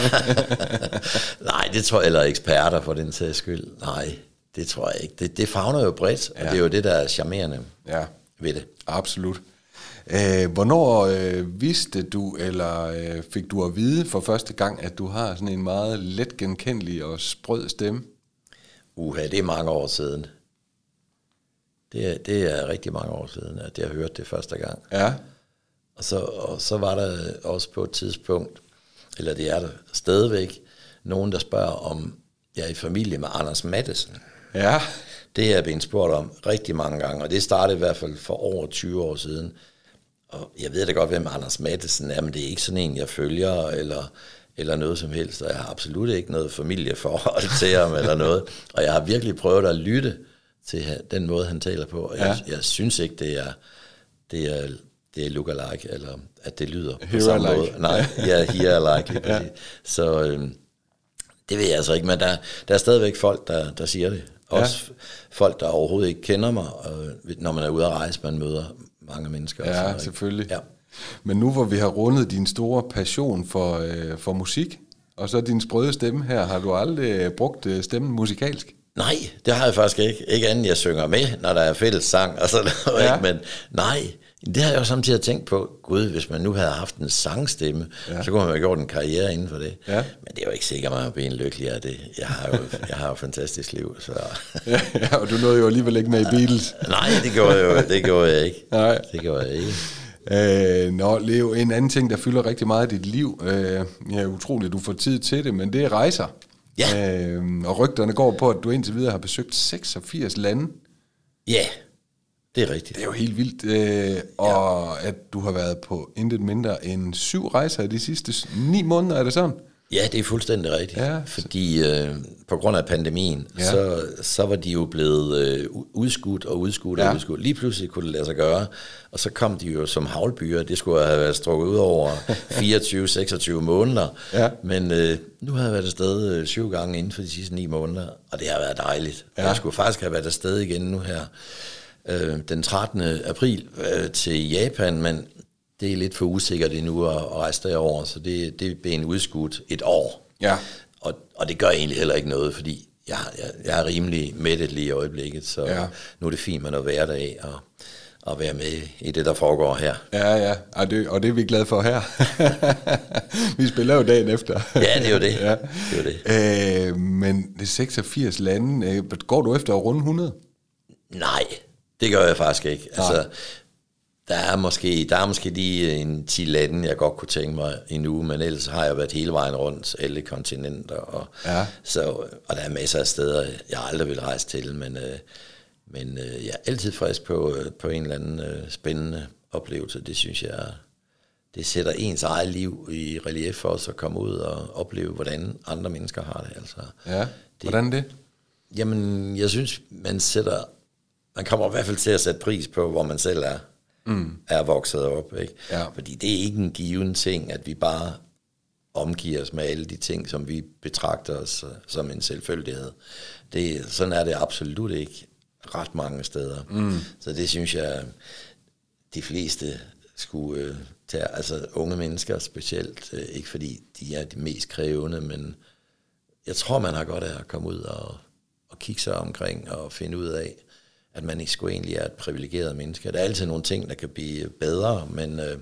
Nej, det tror jeg, eller eksperter for den sags skyld. Nej, det tror jeg ikke. Det, det favner jo bredt, ja. Og det er jo det, der er charmerende ja. Ved det. Absolut. Øh, hvornår øh, vidste du, eller øh, fik du at vide for første gang, at du har sådan en meget let genkendelig og sprød stemme? Uha, det er mange år siden. Det er, det er rigtig mange år siden, at jeg hørte det første gang. Ja. Og så, og så var der også på et tidspunkt, eller det er der stadigvæk, nogen, der spørger, om jeg er i familie med Anders Matthesen. Ja. Det er jeg blevet spurgt om rigtig mange gange, og det startede i hvert fald for over tyve år siden. Og jeg ved da godt, hvem Anders Matthesen er, men det er ikke sådan en, jeg følger, eller, eller noget som helst, og jeg har absolut ikke noget familieforhold til ham, eller noget. Og jeg har virkelig prøvet at lytte til den måde, han taler på, og jeg, ja. jeg synes ikke, det er, det er, det er look-alike, eller at det lyder på samme like. måde. Nej, ja, here-alike, lige præcis. Ja. Så øhm, det ved jeg altså ikke, men der, der er stadigvæk folk, der, der siger det. Også ja. folk, der overhovedet ikke kender mig, og når man er ude at rejse, man møder mange mennesker. Ja, så, selvfølgelig. Ja. Men nu hvor vi har rundet din store passion for, øh, for musik, og så din sprøde stemme her, har du aldrig brugt stemmen musikalsk? Nej, det har jeg faktisk ikke. Ikke andet, jeg synger med, når der er fælles sang og sådan noget. Ja. Men nej, det har jeg jo samtidig tænkt på. Gud, hvis man nu havde haft en sangstemme, ja. så kunne man have gjort en karriere inden for det. Ja. Men det er jo ikke sikkert, at man er blevet lykkelig af det. Jeg har jo, jeg har jo et fantastisk liv. Så. Ja, ja, og du nåede jo alligevel ikke med i Beatles. Nej, det gjorde jeg jo det gjorde jeg ikke. Nej. Det gjorde jeg ikke. Øh, nå, Leo, en anden ting, der fylder rigtig meget i dit liv, øh, ja, er utroligt, at du får tid til det, men det er rejser. Ja. Øh, og rygterne går på, at du indtil videre har besøgt seksogfirs lande. Ja, det er rigtigt. Det er jo helt vildt. Øh, og ja. at du har været på intet mindre end syv rejser i de sidste ni måneder, er det sådan? Ja, det er fuldstændig rigtigt. Ja. Fordi øh, på grund af pandemien, ja. så, så var de jo blevet øh, udskudt og udskudt og ja. udskudt. Lige pludselig kunne det lade sig gøre, og så kom de jo som havlbyer. Det skulle have været strukket ud over fireogtyve til seksogtyve måneder. Ja. Men øh, nu har jeg været afsted øh, syv gange inden for de sidste ni måneder, og det har været dejligt. Ja. Jeg skulle faktisk have været afsted igen nu her øh, den trettende april øh, til Japan, men det er lidt for usikkert endnu at, at rejse derover, så det, det er en udskudt et år. Ja. Og, og det gør egentlig heller ikke noget, fordi jeg, jeg, jeg er rimelig mættet lige i øjeblikket, så ja. nu er det fint med noget hverdag og, og være med i det, der foregår her. Ja, ja, og det, og det er vi glade for her. Vi spiller jo dagen efter. Ja, det er jo det. Ja. det, er det. Øh, men det er seksogfirs lande. Går du efter at runde hundrede? Nej, det gør jeg faktisk ikke. Altså, Der er, måske, der er måske lige en ti lande, jeg godt kunne tænke mig endnu, men ellers har jeg været hele vejen rundt, alle kontinenter, og, ja. så, og der er masser af steder, jeg aldrig vil rejse til, men, øh, men øh, jeg er altid frisk på, på en eller anden øh, spændende oplevelse. Det synes jeg, det sætter ens eget liv i relief for os at komme ud og opleve, hvordan andre mennesker har det. Altså, ja, hvordan det? Jamen, jeg synes, man sætter, man kommer i hvert fald til at sætte pris på, hvor man selv er. Mm. er vokset op, ikke? Ja. Fordi det er ikke en given ting, at vi bare omgiver os med alle de ting, som vi betragter os som en selvfølgelighed. Det, sådan er det absolut ikke ret mange steder. Mm. Så det synes jeg, de fleste skulle øh, tage, altså unge mennesker specielt, øh, ikke fordi de er de mest krævende, men jeg tror, man har godt af at komme ud og, og kigge sig omkring og finde ud af, at man ikke sgu egentlig er et privilegeret menneske. Der er altid nogle ting, der kan blive bedre, men øh,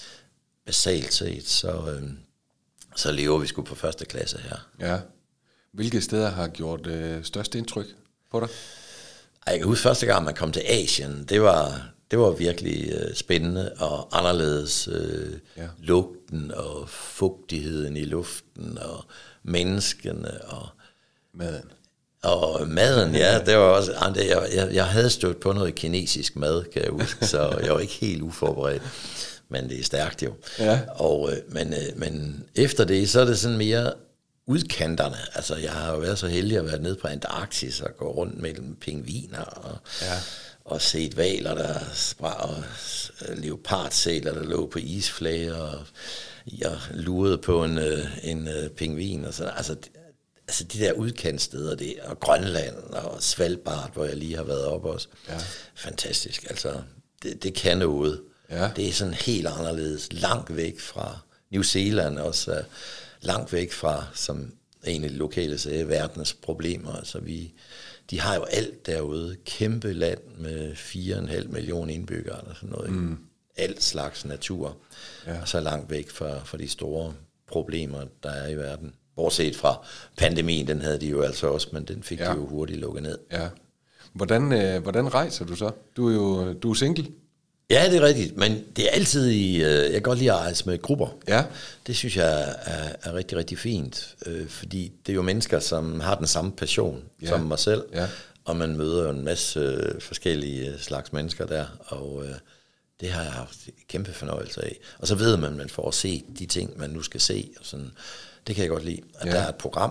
basalt set, så, øh, så lever vi sgu på første klasse her. Ja. Hvilke steder har gjort øh, størst indtryk på dig? Ej, jeg kan huske første gang, man kom til Asien. Det var, det var virkelig øh, spændende og anderledes. Øh, ja. Lugten og fugtigheden i luften og menneskene og maden. Og maden, ja, det var også, jeg, jeg, jeg havde stødt på noget kinesisk mad, kan jeg huske, så jeg var ikke helt uforberedt, men det er stærkt jo. Ja. Og, men, men efter det, så er det sådan mere udkanterne. Altså, jeg har jo været så heldig at være nede på Antarktis og gå rundt mellem pingviner og, ja. og set hvaler, der sprang, og leopardsæler, der lå på isflager, og jeg lurede på en, en pingvin og sådan. Altså, Altså de der udkantsteder, det, og Grønland og Svalbard, hvor jeg lige har været oppe også. Ja. Fantastisk, altså det, det kan noget. Ja. Det er sådan helt anderledes, langt væk fra New Zealand også, uh, langt væk fra, som en af de lokale sagde, verdens problemer. Altså vi, de har jo alt derude, kæmpe land med fire komma fem millioner indbyggere eller sådan noget. Mm. alt slags natur, ja. Og så langt væk fra, fra de store problemer, der er i verden. Bortset fra pandemien, den havde de jo altså også, men den fik ja. de jo hurtigt lukket ned. Ja. Hvordan, øh, hvordan rejser du så? Du er jo du er single. Ja, det er rigtigt, men det er altid i, øh, jeg kan godt lide at rejse med grupper. Ja. Det synes jeg er, er rigtig, rigtig fint, øh, fordi det er jo mennesker, som har den samme passion ja. som mig selv, ja. Og man møder jo en masse øh, forskellige slags mennesker der, og øh, det har jeg haft kæmpe fornøjelse af. Og så ved man, at man får se de ting, man nu skal se, og sådan. Det kan jeg godt lide, at ja. der er et program.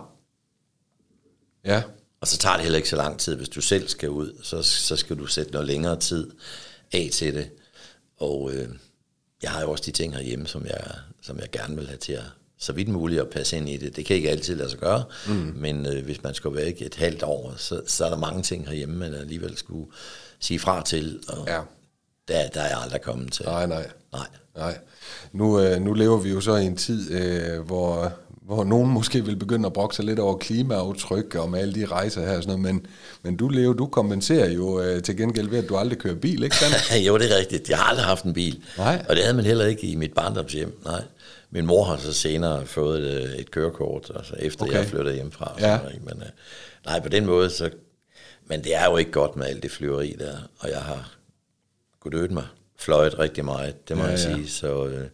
Ja. Og så tager det heller ikke så lang tid, hvis du selv skal ud, så, så skal du sætte noget længere tid af til det. Og øh, jeg har jo også de ting herhjemme, som jeg, som jeg gerne vil have til at, så vidt muligt at passe ind i det. Det kan ikke altid lade sig gøre, mm. men øh, hvis man skulle væk et halvt år, så, så er der mange ting herhjemme, man alligevel skulle sige fra til, og ja. der, der er jeg aldrig kommet til. Nej, nej. Nej. nej. Nu, øh, nu lever vi jo så i en tid, øh, hvor... hvor nogen måske vil begynde at brokke sig lidt over klimaaftryk og med alle de rejser her og sådan noget, men, men du, Leo, du kompenserer jo øh, til gengæld ved, at du aldrig kører bil, ikke sandt? Jo, det er rigtigt. Jeg har aldrig haft en bil, nej. Og det havde man heller ikke i mit barndomshjem, nej. Min mor har så senere fået et, et kørekort, altså efter okay. jeg flyttede hjemmefra. Ja. Sådan, men, øh, nej, på den måde, så... Men det er jo ikke godt med alt det flyveri der, og jeg har gudødt mig fløjet rigtig meget, det må ja, jeg ja. sige, så... Øh,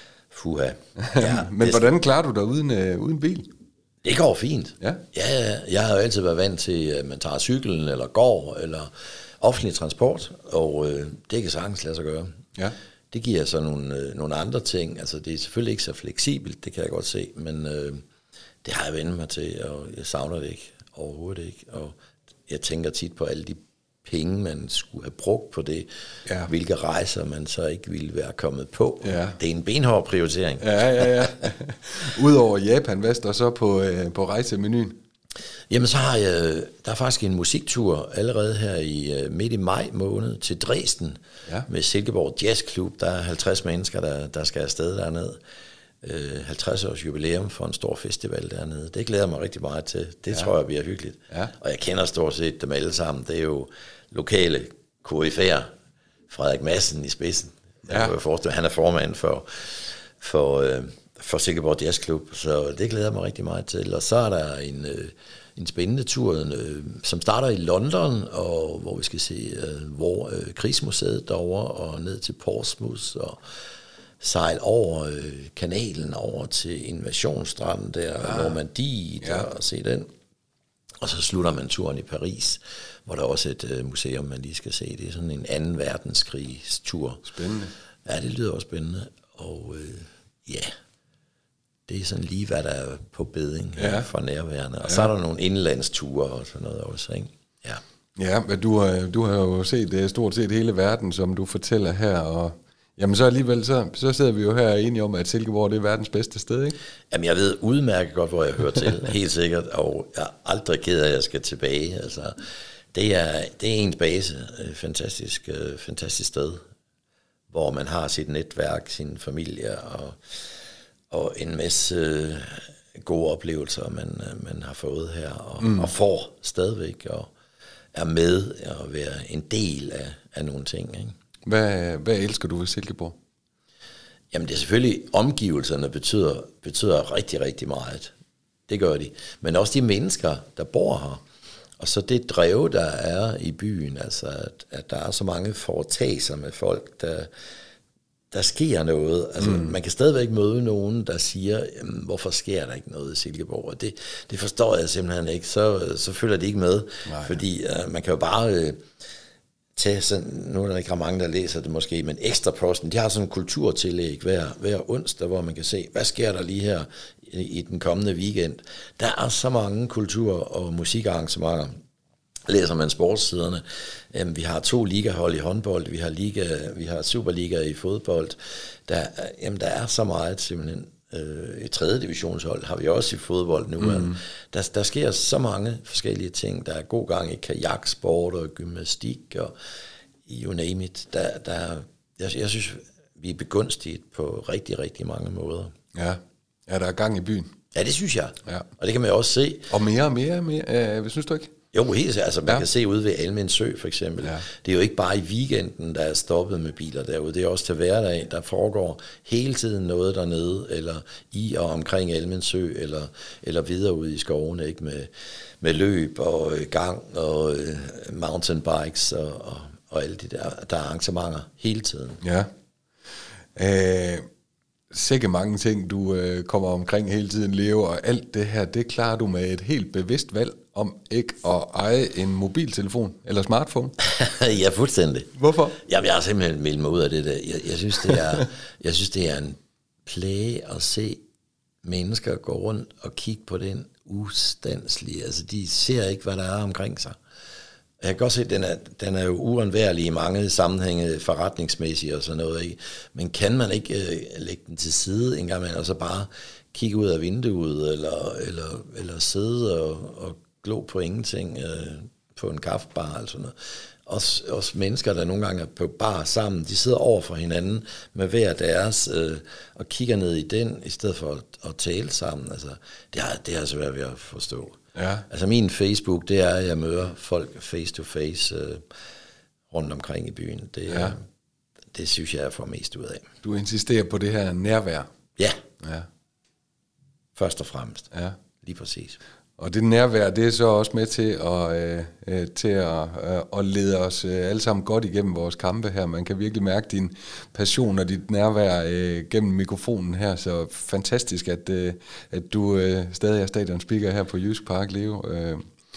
Fuha. Ja, men det, hvordan klarer du dig uden, øh, uden bil? Det går fint. Ja? Ja, jeg har jo altid været vant til, at man tager cyklen, eller går, eller offentlig transport, og øh, det kan sagtens lade sig gøre. Ja. Det giver så nogle, øh, nogle andre ting. Altså, det er selvfølgelig ikke så fleksibelt, det kan jeg godt se, men øh, det har jeg vendt mig til, og jeg savner det ikke, overhovedet ikke. Og jeg tænker tit på alle de penge, man skulle have brugt på det, ja. Hvilke rejser man så ikke ville være kommet på. Ja. Det er en benhård prioritering. Ja, ja, ja. Udover Japan, hvad står så på, øh, på rejsemenuen? Jamen, så har jeg, der er faktisk en musiktur allerede her i midt i maj måned til Dresden, ja. Med Silkeborg Jazz Club. Der er halvtreds mennesker, der, der skal afsted dernede. Øh, halvtreds års jubilæum for en stor festival dernede. Det glæder mig rigtig meget til. Det ja. Tror jeg bliver hyggeligt. Ja. Og jeg kender stort set dem alle sammen. Det er jo lokale koryfæer. Frederik Madsen i spidsen. Jeg kan jo forestille, han er formand for, for, øh, for Silkeborg Jazz Club. Så det glæder mig rigtig meget til. Og så er der en, øh, en spændende tur, øh, som starter i London, og hvor vi skal se øh, hvor øh, Krigsmuseet derovre, og ned til Portsmouth, og sejl over øh, kanalen over til Invasionsstranden der, ja. Normandiet, ja. Og se den. Og så slutter man turen i Paris, hvor der er også et øh, museum, man lige skal se. Det er sådan en anden verdenskrigstur. Spændende. Ja, det lyder også spændende. Og øh, ja, det er sådan lige, hvad der er på beding ja. For nærværende. Og ja. Så er der nogle indlandsture og sådan noget også, ikke? Ja. Ja, men du, du har jo set stort set hele verden, som du fortæller her, og jamen så alligevel, så, så sidder vi jo her enige om, at Silkeborg det er verdens bedste sted, ikke? Jamen jeg ved udmærket godt, hvor jeg hører til, helt sikkert, og jeg er aldrig ked af, at jeg skal tilbage. Altså, det er, det er ens base, fantastisk, fantastisk sted, hvor man har sit netværk, sin familie, og, og en masse gode oplevelser, man, man har fået her, og, mm. og får stadigvæk, og er med og være en del af, af nogle ting, ikke? Hvad, hvad elsker du ved Silkeborg? Jamen det er selvfølgelig, omgivelserne betyder, betyder rigtig, rigtig meget. Det gør de. Men også de mennesker, der bor her. Og så det drev, der er i byen, altså at, at der er så mange foretagelser med folk, der, der sker noget. Altså mm. man kan stadigvæk møde nogen, der siger, jamen, hvorfor sker der ikke noget i Silkeborg? Og det, det forstår jeg simpelthen ikke. Så, så følger de ikke med. Nej. Fordi uh, man kan jo bare... Uh, Til sådan, nu er der ikke mange, der læser det måske, men Ekstraposten, de har sådan en kulturtillæg hver, hver onsdag, hvor man kan se, hvad sker der lige her i, i den kommende weekend. Der er så mange kultur- og musikarrangementer. Læser man sportssiderne. Jamen, vi har to ligahold i håndbold, vi har, liga, vi har Superliga i fodbold. Der, jamen, der er så meget simpelthen. Et tredje divisionshold har vi også i fodbold nu. Mm. Der, der sker så mange forskellige ting. Der er god gang i kajaksport og gymnastik og you name it. Der, der, jeg, jeg synes, vi er begunstiget på rigtig, rigtig mange måder. Ja, ja der er gang i byen. Ja, det synes jeg. Ja. Og det kan man jo også se. Og mere og mere, mere øh, hvad synes du ikke? Jo, helt altså man Ja. kan se ude ved Almen Sø for eksempel. Ja. Det er jo ikke bare i weekenden, der er stoppet med biler derude. Det er også til hverdag. Der foregår hele tiden noget dernede, eller i og omkring Almen Sø, eller, eller videre ude i skovene, ikke? Med, med løb og gang og øh, mountainbikes og, og, og alle de der, der er arrangementer hele tiden. Ja. Øh, sikke mange ting, du øh, kommer omkring hele tiden, Leo, og alt det her, det klarer du med et helt bevidst valg om ikke at eje en mobiltelefon eller smartphone. Ja, fuldstændig. Hvorfor? Jamen, jeg har simpelthen meldt mig ud af det der. Jeg, jeg, synes, det er, jeg synes, det er en plage at se mennesker gå rundt og kigge på den ustandslige. Altså, de ser ikke, hvad der er omkring sig. Jeg kan godt se, at den er, den er jo uundværlig i mange sammenhænge, forretningsmæssigt og sådan noget, ikke? Men kan man ikke øh, lægge den til side en gang imellem, og så bare kigge ud af vinduet, eller, eller, eller sidde og, og glo på ingenting øh, på en kaffebar, eller sådan noget. Også, også mennesker, der nogle gange er på bar sammen, de sidder over for hinanden med hver deres, øh, og kigger ned i den, i stedet for at, at tale sammen. Altså, det er, det er svært ved at forstå. Ja. Altså min Facebook, det er, at jeg møder folk face to face øh, rundt omkring i byen. Det, Ja. øh, det synes jeg, jeg får mest ud af. Du insisterer på det her nærvær. Ja, Ja. først og fremmest. Ja. Lige præcis. Og det nærvær, det er så også med til at, øh, øh, til at, øh, at lede os øh, alle sammen godt igennem vores kampe her. Man kan virkelig mærke din passion og dit nærvær øh, gennem mikrofonen her. Så fantastisk, at, øh, at du øh, stadig er stadionspeaker her på Jysk Park, Leo. Øh,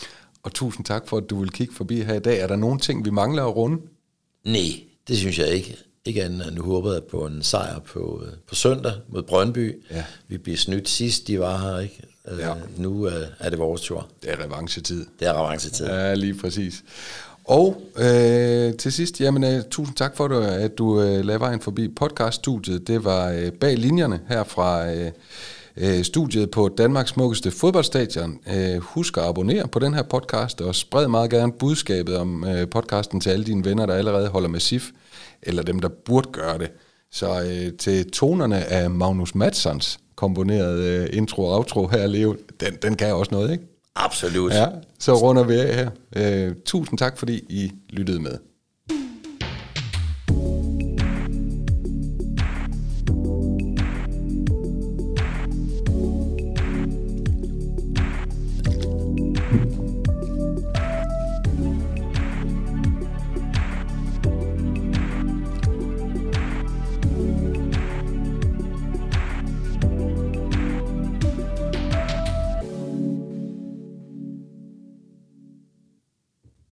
og tusind tak for, at du vil kigge forbi her i dag. Er der nogle ting, vi mangler at runde? Nej, det synes jeg ikke. Ikke andet end nu håber jeg på en sejr på, øh, på søndag mod Brøndby. Ja. Vi blev snydt sidst, de var her, ikke? Øh, Ja. Nu øh, er det vores tur. Det er revanchetid. Det er revanchetid. Ja, lige præcis. Og øh, til sidst, jamen, øh, tusind tak for, det, at du øh, lagde vejen forbi podcaststudiet. Det var øh, bag linjerne her fra øh, øh, studiet på Danmarks smukkeste fodboldstadion. Øh, husk at abonnere på den her podcast, og spred meget gerne budskabet om øh, podcasten til alle dine venner, der allerede holder med S I F, eller dem, der burde gøre det. Så øh, til tonerne af Magnus Madssons komponerede øh, intro og outro her, Leo, den, den kan også noget, ikke? Absolut. Ja, så runder vi af her. Øh, tusind tak, fordi I lyttede med.